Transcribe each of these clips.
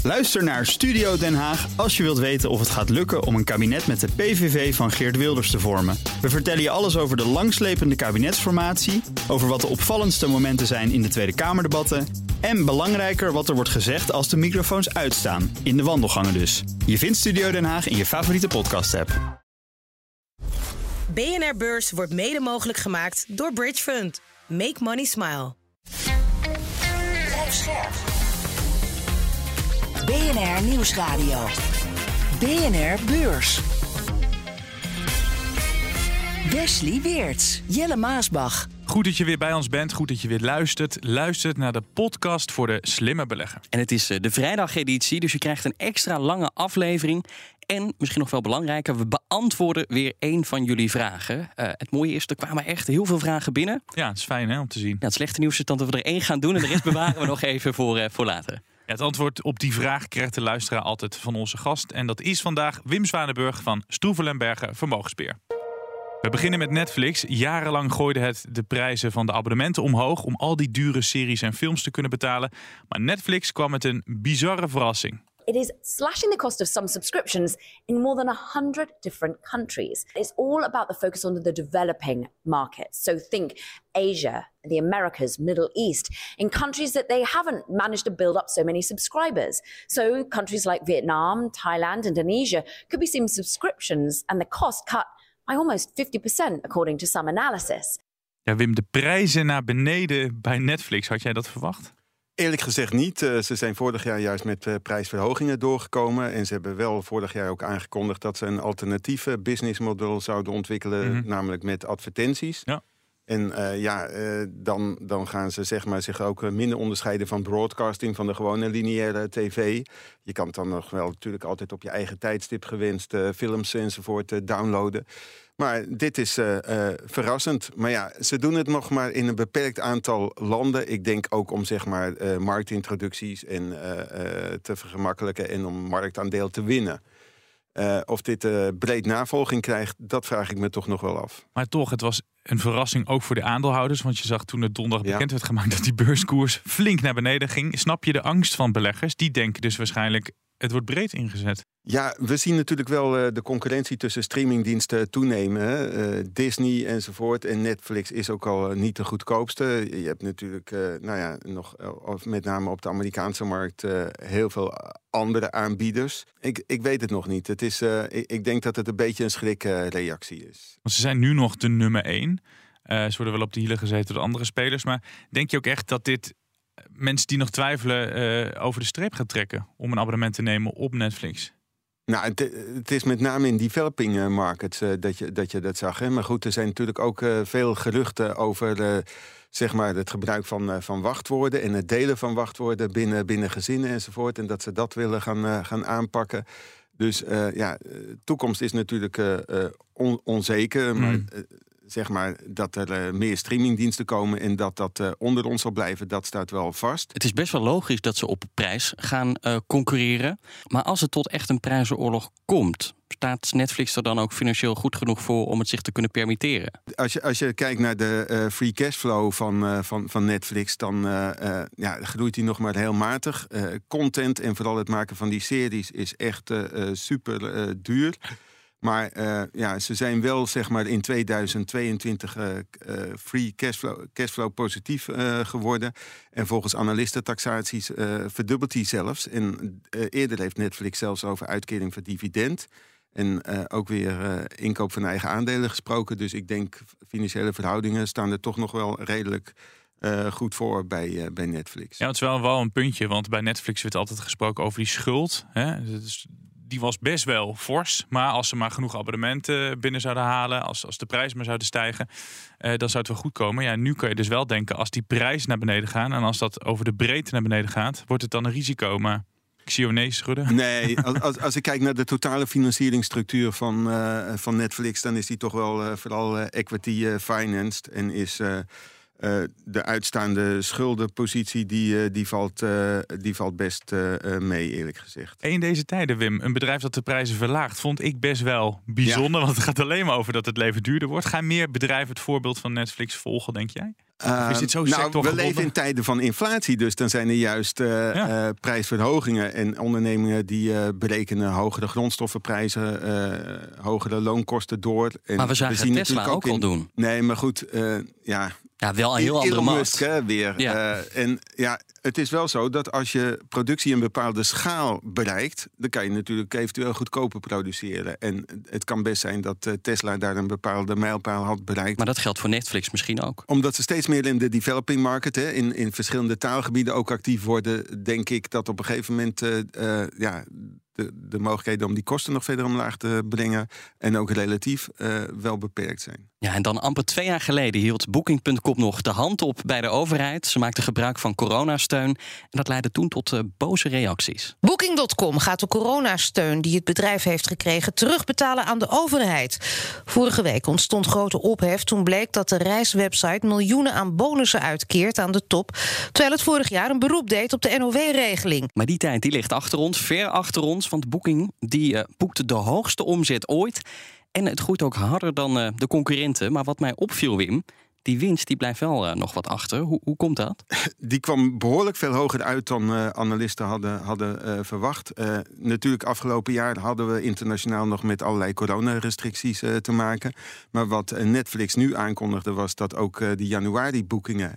Luister naar Studio Den Haag als je wilt weten of het gaat lukken om een kabinet met de PVV van Geert Wilders te vormen. We vertellen je alles over de langslepende kabinetsformatie, over wat de opvallendste momenten zijn in de Tweede Kamerdebatten en belangrijker wat er wordt gezegd als de microfoons uitstaan, in de wandelgangen dus. Je vindt Studio Den Haag in je favoriete podcast-app. BNR Beurs wordt mede mogelijk gemaakt door Bridge Fund. Make money smile. Blijf scherp. BNR Nieuwsradio. BNR Beurs. Wesley Weerts, Jelle Maasbach. Goed dat je weer bij ons bent, goed dat je weer luistert naar de podcast voor de slimme belegger. En het is de vrijdageditie, dus je krijgt een extra lange aflevering. En misschien nog wel belangrijker, we beantwoorden weer één van jullie vragen. Het mooie is, er kwamen echt heel veel vragen binnen. Ja, het is fijn om te zien. Ja, het slechte nieuws is dat we er één gaan doen en de rest bewaren we nog even voor later. Ja, het antwoord op die vraag krijgt de luisteraar altijd van onze gast. En dat is vandaag Wim Zwanenburg van Stroeven & Bergen Vermogensbeheer. We beginnen met Netflix. Jarenlang gooide het de prijzen van de abonnementen omhoog om al die dure series en films te kunnen betalen. Maar Netflix kwam met een bizarre verrassing. It is slashing the cost of some subscriptions in more than 100 different countries. It's all about the focus on the developing markets. So think Asia, the Americas, Middle East, in countries that they haven't managed to build up so many subscribers. So countries like Vietnam, Thailand, Indonesia could be seeing subscriptions and the cost cut by almost 50%, according to some analysis. Ja, Wim, de prijzen naar beneden bij Netflix, had jij dat verwacht? Eerlijk gezegd niet. Ze zijn vorig jaar juist met prijsverhogingen doorgekomen. En ze hebben wel vorig jaar ook aangekondigd dat ze een alternatieve businessmodel zouden ontwikkelen. Namelijk met advertenties. Ja. En dan gaan ze zeg maar, zich ook minder onderscheiden van broadcasting, van de gewone lineaire tv. Je kan het dan nog wel natuurlijk altijd op je eigen tijdstip gewenst films enzovoort downloaden. Maar dit is verrassend. Maar ja, ze doen het nog maar in een beperkt aantal landen. Ik denk ook om zeg maar marktintroducties en te vergemakkelijken en om marktaandeel te winnen. Of dit breed navolging krijgt, dat vraag ik me toch nog wel af. Maar toch, het was een verrassing ook voor de aandeelhouders. Want je zag toen het donderdag bekend werd gemaakt dat die beurskoers flink naar beneden ging. Snap je de angst van beleggers? Die denken dus waarschijnlijk, het wordt breed ingezet. Ja, we zien natuurlijk wel de concurrentie tussen streamingdiensten toenemen. Hè? Disney enzovoort. En Netflix is ook al niet de goedkoopste. Je hebt natuurlijk nog met name op de Amerikaanse markt heel veel andere aanbieders. Ik weet het nog niet. Het is, ik denk dat het een beetje een schrikreactie is. Want ze zijn nu nog de nummer 1. Ze worden wel op de hielen gezeten door andere spelers. Maar denk je ook echt dat dit mensen die nog twijfelen over de streep gaat trekken om een abonnement te nemen op Netflix? Nou, het is met name in developing markets dat je dat zag. Hè? Maar goed, er zijn natuurlijk ook veel geruchten over zeg maar het gebruik van wachtwoorden en het delen van wachtwoorden binnen gezinnen enzovoort. En dat ze dat willen gaan aanpakken. Dus toekomst is natuurlijk onzeker. Maar zeg maar dat er meer streamingdiensten komen en dat onder ons zal blijven, dat staat wel vast. Het is best wel logisch dat ze op prijs gaan concurreren. Maar als het tot echt een prijzenoorlog komt, staat Netflix er dan ook financieel goed genoeg voor om het zich te kunnen permitteren? Als je kijkt naar de free cashflow van Netflix, dan groeit die nog maar heel matig. Content en vooral het maken van die series is echt super duur. Maar ze zijn wel zeg maar in 2022 free cashflow positief geworden. En volgens analistentaxaties verdubbelt die zelfs. En eerder heeft Netflix zelfs over uitkering van dividend. En ook weer inkoop van eigen aandelen gesproken. Dus ik denk financiële verhoudingen staan er toch nog wel redelijk goed voor bij Netflix. Ja, het is wel een puntje. Want bij Netflix werd altijd gesproken over die schuld. Hè? Die was best wel fors. Maar als ze maar genoeg abonnementen binnen zouden halen, als de prijzen maar zouden stijgen, dan zou het wel goed komen. Ja, nu kun je dus wel denken, als die prijzen naar beneden gaan en als dat over de breedte naar beneden gaat, wordt het dan een risico. Maar ik zie jou nee schudden. Nee, als ik kijk naar de totale financieringsstructuur van Netflix, dan is die toch wel vooral equity financed en is De uitstaande schuldenpositie die valt best mee, eerlijk gezegd. En in deze tijden, Wim, een bedrijf dat de prijzen verlaagt, vond ik best wel bijzonder. Want het gaat alleen maar over dat het leven duurder wordt. Gaan meer bedrijven het voorbeeld van Netflix volgen, denk jij? Is dit zo we leven in tijden van inflatie, dus dan zijn er juist prijsverhogingen en ondernemingen die berekenen hogere grondstoffenprijzen, hogere loonkosten door. En maar we zagen Tesla ook al doen. Nee, maar goed, Ja, wel een heel andere markt. Weer. Ja. Het is wel zo dat als je productie een bepaalde schaal bereikt, dan kan je natuurlijk eventueel goedkoper produceren. En het kan best zijn dat Tesla daar een bepaalde mijlpaal had bereikt. Maar dat geldt voor Netflix misschien ook. Omdat ze steeds meer in de developing market, in verschillende taalgebieden ook actief worden, denk ik dat op een gegeven moment de mogelijkheden om die kosten nog verder omlaag te brengen en ook relatief wel beperkt zijn. Ja, en dan amper 2 jaar geleden hield Booking.com nog de hand op bij de overheid. Ze maakten gebruik van coronasteun en dat leidde toen tot boze reacties. Booking.com gaat de coronasteun die het bedrijf heeft gekregen terugbetalen aan de overheid. Vorige week ontstond grote ophef toen bleek dat de reiswebsite miljoenen aan bonussen uitkeert aan de top, terwijl het vorig jaar een beroep deed op de NOW-regeling. Maar die tijd ligt achter ons, ver achter ons, want Booking boekte de hoogste omzet ooit. En het groeit ook harder dan de concurrenten. Maar wat mij opviel, Wim, die winst die blijft wel nog wat achter. Hoe komt dat? Die kwam behoorlijk veel hoger uit dan analisten hadden verwacht. Natuurlijk, afgelopen jaar hadden we internationaal nog met allerlei coronarestricties te maken. Maar wat Netflix nu aankondigde was dat ook de januari-boekingen,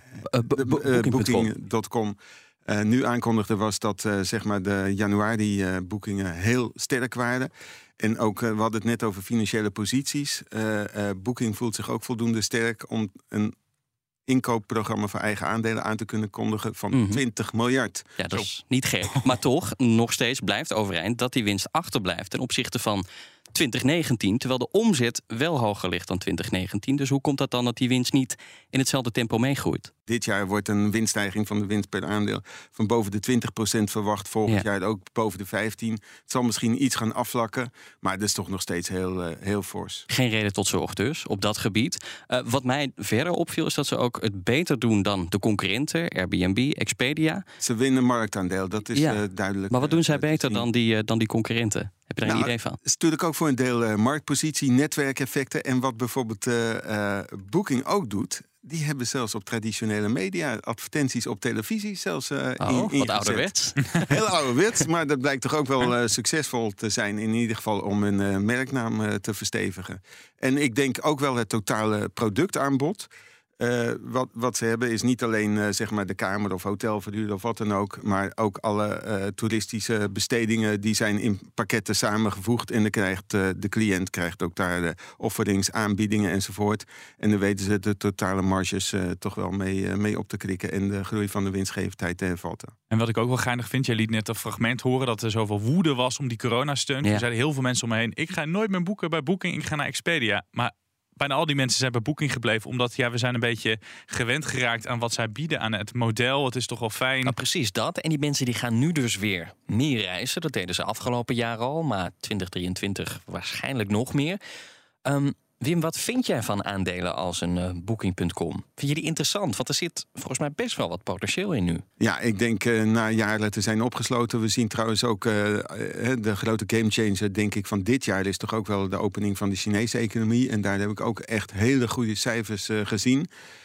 Booking.com... nu aankondigde was dat de januari-boekingen heel sterk waren. En ook, we hadden het net over financiële posities. Booking voelt zich ook voldoende sterk om een inkoopprogramma voor eigen aandelen aan te kunnen kondigen van 20 miljard. Ja, dat is niet gek. Maar toch, nog steeds blijft overeind dat die winst achterblijft ten opzichte van 2019, terwijl de omzet wel hoger ligt dan 2019. Dus hoe komt dat dan dat die winst niet in hetzelfde tempo meegroeit? Dit jaar wordt een winststijging van de winst per aandeel van boven de 20% verwacht. Volgend jaar ook boven de 15%. Het zal misschien iets gaan afvlakken, maar dat is toch nog steeds heel fors. Geen reden tot zorg dus, op dat gebied. Wat mij verder opviel is dat ze ook het beter doen dan de concurrenten, Airbnb, Expedia. Ze winnen marktaandeel, dat is duidelijk. Maar wat doen zij beter dan die concurrenten? Heb je daar een idee van? Het is natuurlijk ook voor een deel marktpositie, netwerkeffecten. En wat bijvoorbeeld Booking ook doet, die hebben zelfs op traditionele media advertenties op televisie zelfs ingezet. Wat ouderwets. Heel ouderwets, maar dat blijkt toch ook wel succesvol te zijn. In ieder geval om hun merknaam te verstevigen. En ik denk ook wel het totale productaanbod. Wat ze hebben is niet alleen de kamer of hotelverhuur of wat dan ook, maar ook alle toeristische bestedingen die zijn in pakketten samengevoegd en de cliënt krijgt ook daar offerings, aanbiedingen enzovoort. En dan weten ze de totale marges toch wel mee op te krikken en de groei van de winstgevendheid te hervatten. En wat ik ook wel geinig vind, jij liet net een fragment horen dat er zoveel woede was om die coronasteun. Er zeiden heel veel mensen om me heen, ik ga nooit meer boeken bij Booking, ik ga naar Expedia. Maar bijna al die mensen zijn bij Booking gebleven, omdat we zijn een beetje gewend geraakt aan wat zij bieden, aan het model. Het is toch wel fijn. Nou, precies dat. En die mensen die gaan nu dus weer meer reizen. Dat deden ze afgelopen jaar al, maar 2023 waarschijnlijk nog meer. Wim, wat vind jij van aandelen als een Booking.com? Vind je die interessant? Want er zit volgens mij best wel wat potentieel in nu. Ja, ik denk na jaren te zijn opgesloten. We zien trouwens ook de grote gamechanger, denk ik, van dit jaar is toch ook wel de opening van de Chinese economie. En daar heb ik ook echt hele goede cijfers gezien.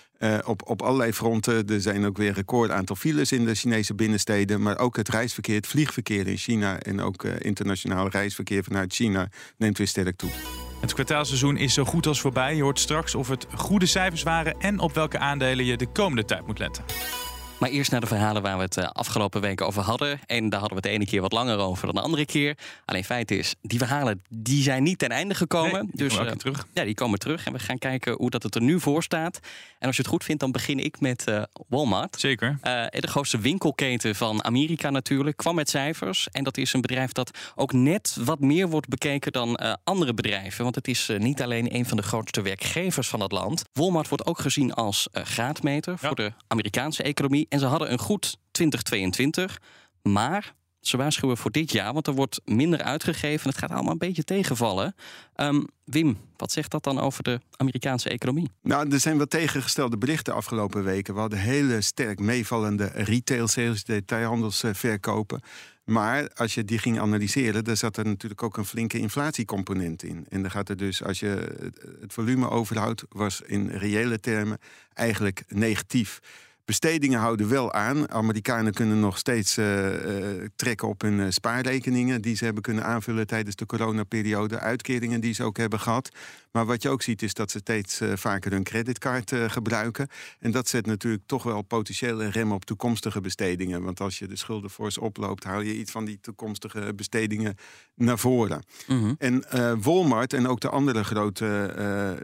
Op allerlei fronten. Er zijn ook weer een record aantal files in de Chinese binnensteden. Maar ook het reisverkeer, het vliegverkeer in China en ook internationaal reisverkeer vanuit China neemt weer sterk toe. Het kwartaalseizoen is zo goed als voorbij. Je hoort straks of het goede cijfers waren en op welke aandelen je de komende tijd moet letten. Maar eerst naar de verhalen waar we het afgelopen weken over hadden. En daar hadden we het de ene keer wat langer over dan de andere keer. Alleen feit is, die verhalen die zijn niet ten einde gekomen. Nee, die komen terug. Ja, die komen terug. En we gaan kijken hoe dat het er nu voor staat. En als je het goed vindt, dan begin ik met Walmart. Zeker. De grootste winkelketen van Amerika natuurlijk. Kwam met cijfers. En dat is een bedrijf dat ook net wat meer wordt bekeken dan andere bedrijven. Want het is niet alleen een van de grootste werkgevers van het land. Walmart wordt ook gezien als graadmeter voor de Amerikaanse economie. En ze hadden een goed 2022, maar Ze waarschuwen voor dit jaar, want er wordt minder uitgegeven. Het gaat allemaal een beetje tegenvallen. Wim, wat zegt dat dan over de Amerikaanse economie? Nou, er zijn wat tegengestelde berichten de afgelopen weken. We hadden hele sterk meevallende retail sales, detailhandelsverkopen. Maar als je die ging analyseren, daar zat er natuurlijk ook een flinke inflatiecomponent in. En dan gaat er dus, als je het volume overhoudt, was in reële termen eigenlijk negatief. Bestedingen houden wel aan. Amerikanen kunnen nog steeds trekken op hun spaarrekeningen die ze hebben kunnen aanvullen tijdens de coronaperiode. Uitkeringen die ze ook hebben gehad. Maar wat je ook ziet is dat ze steeds vaker hun creditcard gebruiken. En dat zet natuurlijk toch wel potentieel een rem op toekomstige bestedingen. Want als je de schulden fors oploopt, haal je iets van die toekomstige bestedingen naar voren. Mm-hmm. En Walmart en ook de andere grote,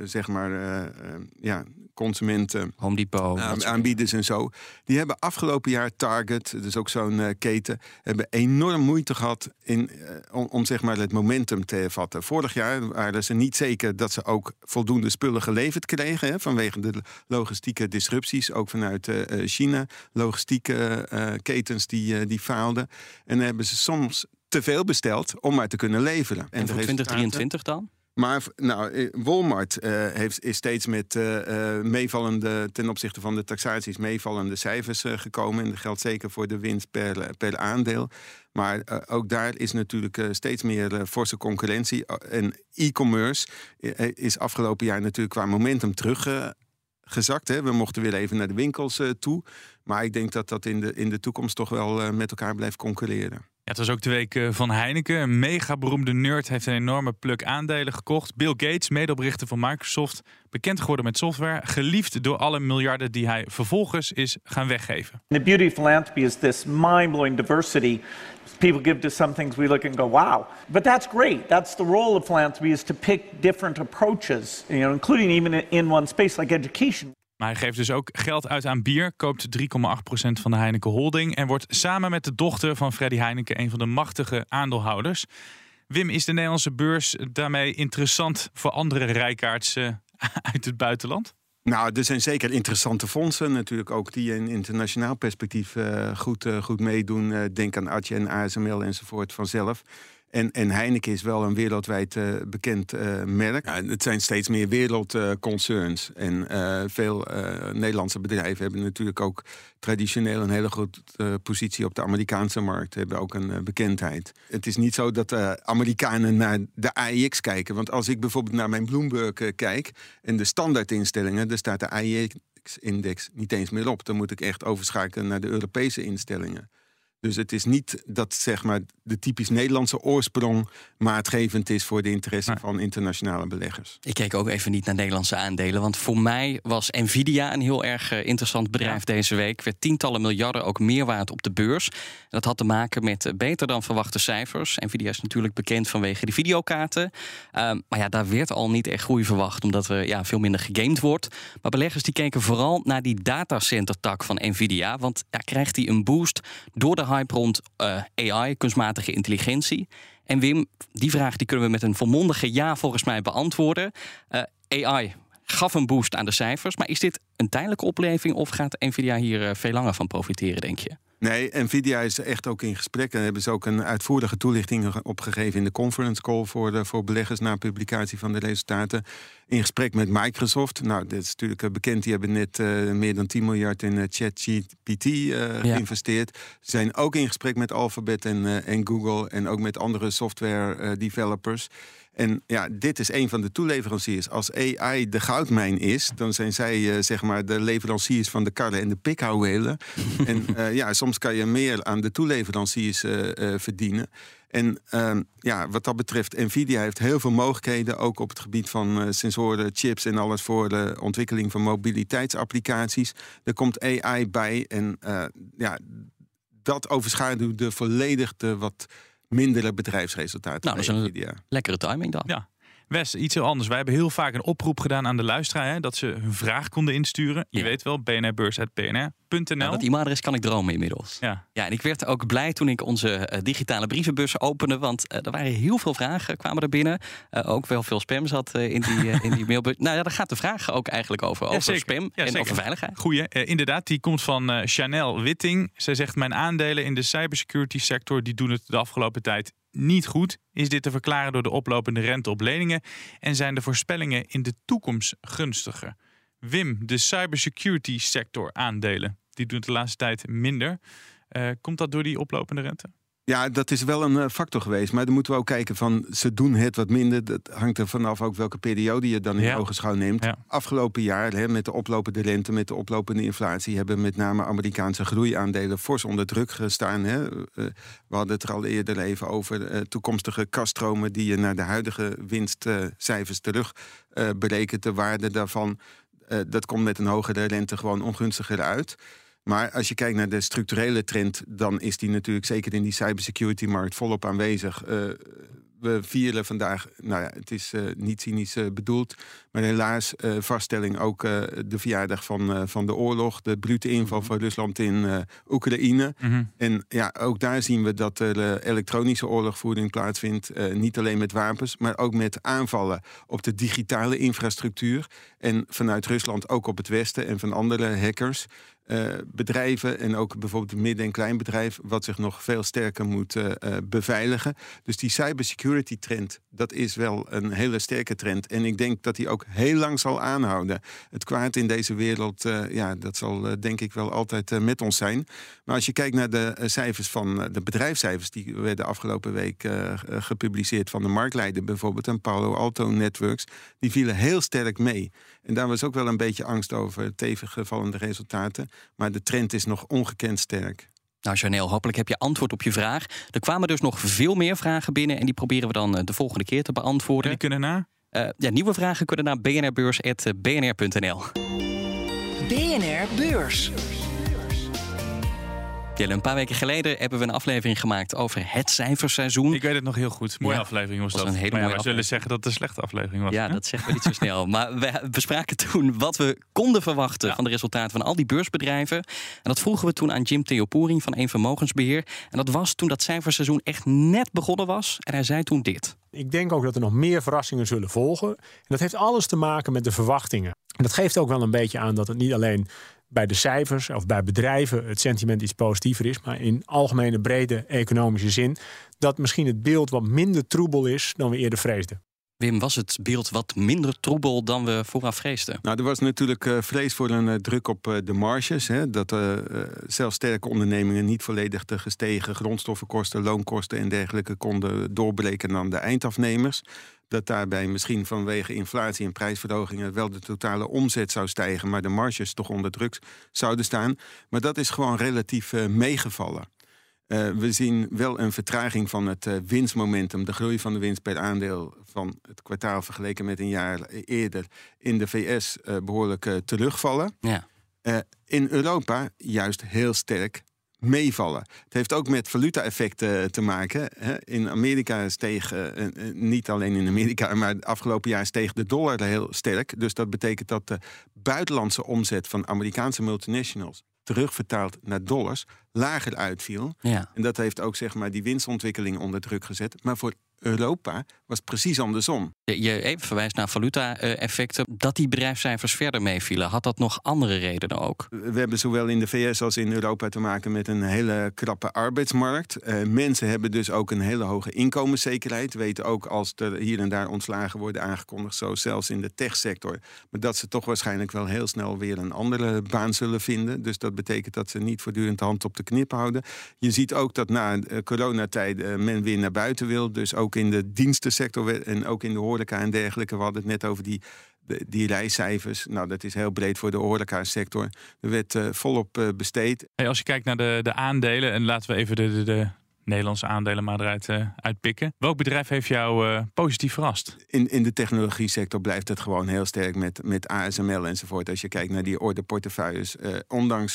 consumenten, Home Depot, aanbieders en zo, die hebben afgelopen jaar Target, dus ook zo'n keten, hebben enorm moeite gehad om zeg maar het momentum te vatten. Vorig jaar waren ze niet zeker dat ze ook voldoende spullen geleverd kregen, vanwege de logistieke disrupties, ook vanuit China, logistieke ketens die faalden. En dan hebben ze soms te veel besteld om maar te kunnen leveren. En voor 2023 dan? Maar Walmart is steeds met ten opzichte van de taxaties meevallende cijfers gekomen. En dat geldt zeker voor de winst per aandeel. Maar ook daar is natuurlijk steeds meer forse concurrentie. En e-commerce is afgelopen jaar natuurlijk qua momentum teruggezakt. We mochten weer even naar de winkels toe. Maar ik denk dat dat in de toekomst toch wel met elkaar blijft concurreren. Ja, het was ook de week van Heineken. Een mega beroemde nerd heeft een enorme pluk aandelen gekocht. Bill Gates, medeoprichter van Microsoft, bekend geworden met software, geliefd door alle miljarden die hij vervolgens is gaan weggeven. The beauty of philanthropy is this mind-blowing diversity. People give to some things we look and go, wow. But that's great. That's the role of philanthropy, is to pick different approaches, including even in one space like education. Maar hij geeft dus ook geld uit aan bier, koopt 3,8% van de Heineken Holding en wordt samen met de dochter van Freddy Heineken een van de machtige aandeelhouders. Wim, is de Nederlandse beurs daarmee interessant voor andere rijkaards uit het buitenland? Nou, er zijn zeker interessante fondsen natuurlijk ook die in internationaal perspectief goed meedoen. Denk aan Adyen en ASML enzovoort vanzelf. En Heineken is wel een wereldwijd bekend merk. Ja, het zijn steeds meer wereldconcerns. En veel Nederlandse bedrijven hebben natuurlijk ook traditioneel een hele grote positie op de Amerikaanse markt. Hebben ook een bekendheid. Het is niet zo dat Amerikanen naar de AEX kijken. Want als ik bijvoorbeeld naar mijn Bloomberg kijk en de standaardinstellingen, daar staat de AEX-index niet eens meer op. Dan moet ik echt overschakelen naar de Europese instellingen. Dus het is niet dat zeg maar de typisch Nederlandse oorsprong maatgevend is voor de interesse van internationale beleggers. Ik keek ook even niet naar Nederlandse aandelen, want voor mij was Nvidia een heel erg interessant bedrijf deze week. Werd tientallen miljarden ook meerwaarde op de beurs. En dat had te maken met beter dan verwachte cijfers. Nvidia is natuurlijk bekend vanwege de videokaarten. Maar ja, daar werd al niet echt groei verwacht, omdat er veel minder gegamed wordt. Maar beleggers die keken vooral naar die datacenter-tak van Nvidia, want krijgt die een boost door de hype rond AI, kunstmatige intelligentie. En Wim, die vraag die kunnen we met een volmondige ja volgens mij beantwoorden. AI gaf een boost aan de cijfers, maar is dit een tijdelijke opleving of gaat Nvidia hier veel langer van profiteren, denk je? Nee, Nvidia is echt ook in gesprek. En hebben ze ook een uitvoerige toelichting opgegeven in de conference call voor beleggers na publicatie van de resultaten. In gesprek met Microsoft. Nou, dat is natuurlijk bekend. Die hebben net meer dan 10 miljard in ChatGPT geïnvesteerd. Ze zijn ook in gesprek met Alphabet en Google en ook met andere software developers. En ja, dit is een van de toeleveranciers. Als AI de goudmijn is, dan zijn zij zeg maar de leveranciers van de karren en de pikhouwelen. En soms kan je meer aan de toeleveranciers verdienen. En wat dat betreft, Nvidia heeft heel veel mogelijkheden, ook op het gebied van sensoren, chips en alles voor de ontwikkeling van mobiliteitsapplicaties. Er komt AI bij en dat overschaduwde volledig de wat mindere bedrijfsresultaten. Nou, dat is een lekkere timing dan. Ja. Wes, iets heel anders. Wij hebben heel vaak een oproep gedaan aan de luisteraar, dat ze hun vraag konden insturen. Je weet wel, bnrbeurs@bnr.nl. BNR.nl. Dat e-mailadres kan ik dromen inmiddels. Ja, en ik werd ook blij toen ik onze digitale brievenbus opende. Want er waren heel veel vragen, kwamen er binnen. Ook wel veel spam zat in die mailbus. Nou ja, daar gaat de vraag ook eigenlijk over spam en over veiligheid. Goeie, inderdaad. Die komt van Chanel Witting. Zij zegt, mijn aandelen in de cybersecurity sector die doen het de afgelopen tijd niet goed. Is dit te verklaren door de oplopende rente op leningen? En zijn de voorspellingen in de toekomst gunstiger? Wim, de cybersecurity sector aandelen, die doen het de laatste tijd minder. Komt dat door die oplopende rente? Ja, dat is wel een factor geweest. Maar dan moeten we ook kijken van, ze doen het wat minder. Dat hangt er vanaf ook welke periode je dan in ogenschouw neemt. Ja. Afgelopen jaar, met de oplopende rente, met de oplopende inflatie, hebben met name Amerikaanse groeiaandelen fors onder druk gestaan. We hadden het er al eerder even over toekomstige kasstromen die je naar de huidige winstcijfers terug berekent. De waarde daarvan, dat komt met een hogere rente gewoon ongunstiger uit. Maar als je kijkt naar de structurele trend, dan is die natuurlijk zeker in die cybersecurity-markt volop aanwezig. We vieren vandaag, nou ja, het is niet cynisch bedoeld, maar helaas vaststelling ook de verjaardag van de oorlog, de brute inval van Rusland in Oekraïne. Mm-hmm. En ja, ook daar zien we dat er elektronische oorlogvoering plaatsvindt. Niet alleen met wapens, maar ook met aanvallen op de digitale infrastructuur. En vanuit Rusland ook op het Westen en van andere hackers. Bedrijven en ook bijvoorbeeld een midden- en kleinbedrijf wat zich nog veel sterker moet beveiligen. Dus die cybersecurity trend, dat is wel een hele sterke trend. En ik denk dat die ook heel lang zal aanhouden. Het kwaad in deze wereld, dat zal denk ik wel altijd met ons zijn. Maar als je kijkt naar de cijfers van de bedrijfscijfers, die werden afgelopen week gepubliceerd van de marktleider bijvoorbeeld, en Palo Alto Networks, die vielen heel sterk mee. En daar was ook wel een beetje angst over tegenvallende resultaten. Maar de trend is nog ongekend sterk. Nou, Chanel, hopelijk heb je antwoord op je vraag. Er kwamen dus nog veel meer vragen binnen en die proberen we dan de volgende keer te beantwoorden. Die kunnen naar? Nieuwe vragen kunnen naar bnrbeurs@bnr.nl. BNR Beurs. Jelle, een paar weken geleden hebben we een aflevering gemaakt over het cijferseizoen. Ik weet het nog heel goed. Mooie aflevering was dat. Een hele mooie we zullen zeggen dat het een slechte aflevering was. Ja, dat zeggen we niet zo snel. Maar we bespraken toen wat we konden verwachten van de resultaten van al die beursbedrijven. En dat vroegen we toen aan Jim Theopoering van Eén Vermogensbeheer. En dat was toen dat cijferseizoen echt net begonnen was. En hij zei toen dit. Ik denk ook dat er nog meer verrassingen zullen volgen. En dat heeft alles te maken met de verwachtingen. En dat geeft ook wel een beetje aan dat het niet alleen bij de cijfers of bij bedrijven het sentiment iets positiever is, maar in algemene brede economische zin dat misschien het beeld wat minder troebel is dan we eerder vreesden. Wim, was het beeld wat minder troebel dan we vooraf vreesden? Nou, er was natuurlijk vrees voor een druk op de marges. Dat zelfs sterke ondernemingen niet volledig de gestegen grondstoffenkosten, loonkosten en dergelijke konden doorbreken aan de eindafnemers. Dat daarbij misschien vanwege inflatie en prijsverhogingen wel de totale omzet zou stijgen, maar de marges toch onder druk zouden staan. Maar dat is gewoon relatief meegevallen. We zien wel een vertraging van het winstmomentum, de groei van de winst per aandeel van het kwartaal vergeleken met een jaar eerder in de VS behoorlijk terugvallen. Ja. In Europa juist heel sterk meevallen. Het heeft ook met valuta-effecten te maken. In Amerika steeg, niet alleen in Amerika, maar het afgelopen jaar steeg de dollar heel sterk. Dus dat betekent dat de buitenlandse omzet van Amerikaanse multinationals terugvertaald naar dollars lager uitviel. Ja. En dat heeft ook zeg maar die winstontwikkeling onder druk gezet. Maar voor Europa was precies andersom. Je even verwijst naar valuta-effecten. Dat die bedrijfscijfers verder meevielen, had dat nog andere redenen ook? We hebben zowel in de VS als in Europa te maken met een hele krappe arbeidsmarkt. Mensen hebben dus ook een hele hoge inkomenszekerheid. Weten ook als er hier en daar ontslagen worden aangekondigd, zo zelfs in de techsector, maar dat ze toch waarschijnlijk wel heel snel weer een andere baan zullen vinden. Dus dat betekent dat ze niet voortdurend de hand op de knip houden. Je ziet ook dat na coronatijd men weer naar buiten wil. Dus ook in de dienstensector en ook in de horeca en dergelijke. We hadden het net over die reiscijfers. Nou, dat is heel breed voor de horecasector. Er werd volop besteed. Hey, als je kijkt naar de aandelen, en laten we even de Nederlandse aandelen maar eruit uitpikken. Welk bedrijf heeft jou positief verrast? In de technologie sector blijft het gewoon heel sterk met ASML enzovoort. Als je kijkt naar die orderportefeuilles. Ondanks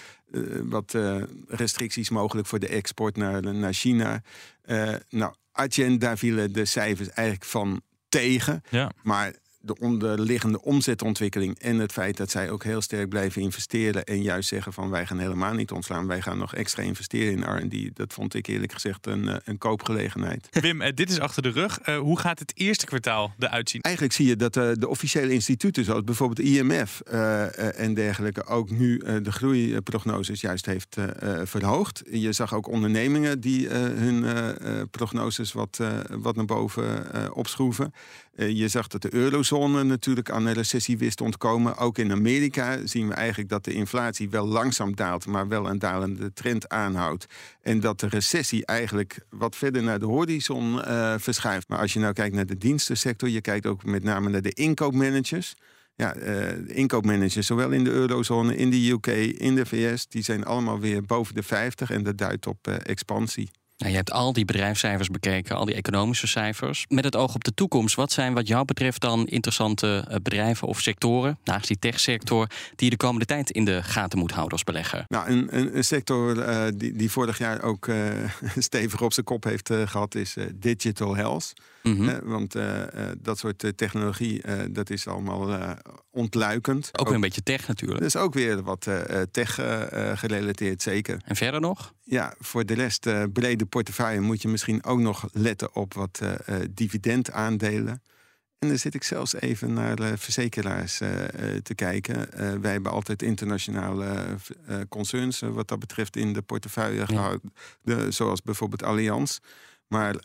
wat restricties mogelijk voor de export naar China. Adyen, daar vielen de cijfers eigenlijk van tegen. Ja. Maar de onderliggende omzetontwikkeling en het feit dat zij ook heel sterk blijven investeren en juist zeggen van wij gaan helemaal niet ontslaan, wij gaan nog extra investeren in R&D. Dat vond ik eerlijk gezegd een koopgelegenheid. Wim, dit is achter de rug. Hoe gaat het eerste kwartaal eruit zien? Eigenlijk zie je dat de officiële instituten zoals bijvoorbeeld IMF en dergelijke ook nu de groeiprognoses juist heeft verhoogd. Je zag ook ondernemingen die hun prognoses wat naar boven opschroeven. Je zag dat de eurozone natuurlijk aan een recessie wist te ontkomen. Ook in Amerika zien we eigenlijk dat de inflatie wel langzaam daalt, maar wel een dalende trend aanhoudt. En dat de recessie eigenlijk wat verder naar de horizon verschuift. Maar als je nou kijkt naar de dienstensector, je kijkt ook met name naar de inkoopmanagers. Ja, de inkoopmanagers, zowel in de eurozone, in de UK, in de VS, die zijn allemaal weer boven de 50 en dat duidt op expansie. Nou, je hebt al die bedrijfscijfers bekeken, al die economische cijfers. Met het oog op de toekomst, wat zijn wat jou betreft dan interessante bedrijven of sectoren, naast die techsector, die je de komende tijd in de gaten moet houden als belegger? Nou, een sector die vorig jaar ook stevig op zijn kop heeft gehad is digital health. Mm-hmm. Want dat soort technologie, dat is allemaal ontluikend. Ook weer een beetje tech natuurlijk. Dat is ook weer wat tech gerelateerd, zeker. En verder nog? Ja, voor de rest, brede portefeuille moet je misschien ook nog letten op wat dividendaandelen. En dan zit ik zelfs even naar verzekeraars te kijken. Wij hebben altijd internationale concerns wat dat betreft in de portefeuille gehouden. Zoals bijvoorbeeld Allianz. Maar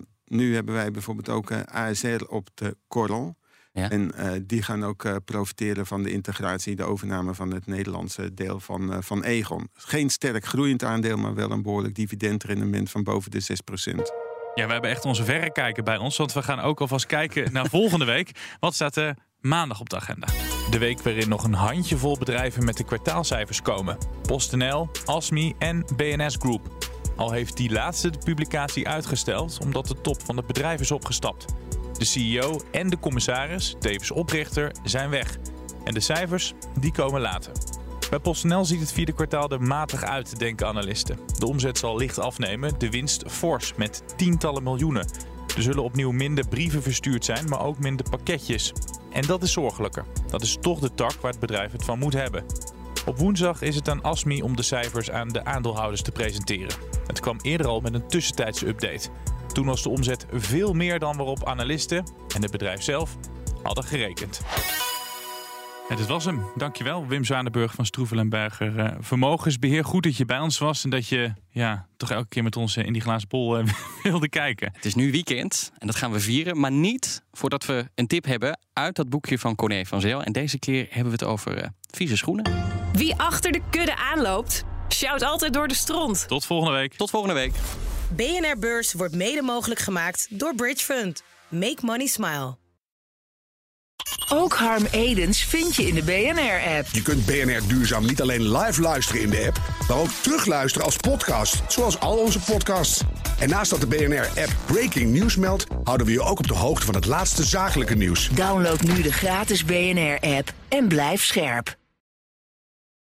nu hebben wij bijvoorbeeld ook ASR op de korrel. Ja. En die gaan ook profiteren van de integratie, de overname van het Nederlandse deel van Aegon. Geen sterk groeiend aandeel, maar wel een behoorlijk dividendrendement van boven de 6%. Ja, we hebben echt onze verrekijker bij ons, want we gaan ook alvast kijken naar volgende week. Wat staat er maandag op de agenda? De week waarin nog een handjevol bedrijven met de kwartaalcijfers komen. PostNL, Asmi en B&S Group. Al heeft die laatste de publicatie uitgesteld omdat de top van het bedrijf is opgestapt. De CEO en de commissaris, tevens oprichter, zijn weg. En de cijfers, die komen later. Bij PostNL ziet het vierde kwartaal er matig uit, denken analisten. De omzet zal licht afnemen, de winst fors met tientallen miljoenen. Er zullen opnieuw minder brieven verstuurd zijn, maar ook minder pakketjes. En dat is zorgelijker. Dat is toch de tak waar het bedrijf het van moet hebben. Op woensdag is het aan Asmi om de cijfers aan de aandeelhouders te presenteren. Het kwam eerder al met een tussentijdse update. Toen was de omzet veel meer dan waarop analisten en het bedrijf zelf hadden gerekend. En dit was hem. Dankjewel, Wim Zwanenburg van Stroevel & Berger Vermogensbeheer. Goed dat je bij ons was en dat je toch elke keer met ons in die glazen bol wilde kijken. Het is nu weekend en dat gaan we vieren, maar niet voordat we een tip hebben uit dat boekje van Corné van Zeel. En deze keer hebben we het over vieze schoenen. Wie achter de kudde aanloopt, sjouwt altijd door de stront. Tot volgende week. Tot volgende week. BNR Beurs wordt mede mogelijk gemaakt door Bridge Fund. Make money smile. Ook Harm Edens vind je in de BNR-app. Je kunt BNR Duurzaam niet alleen live luisteren in de app, maar ook terugluisteren als podcast, zoals al onze podcasts. En naast dat de BNR-app Breaking News meldt, houden we je ook op de hoogte van het laatste zakelijke nieuws. Download nu de gratis BNR-app en blijf scherp.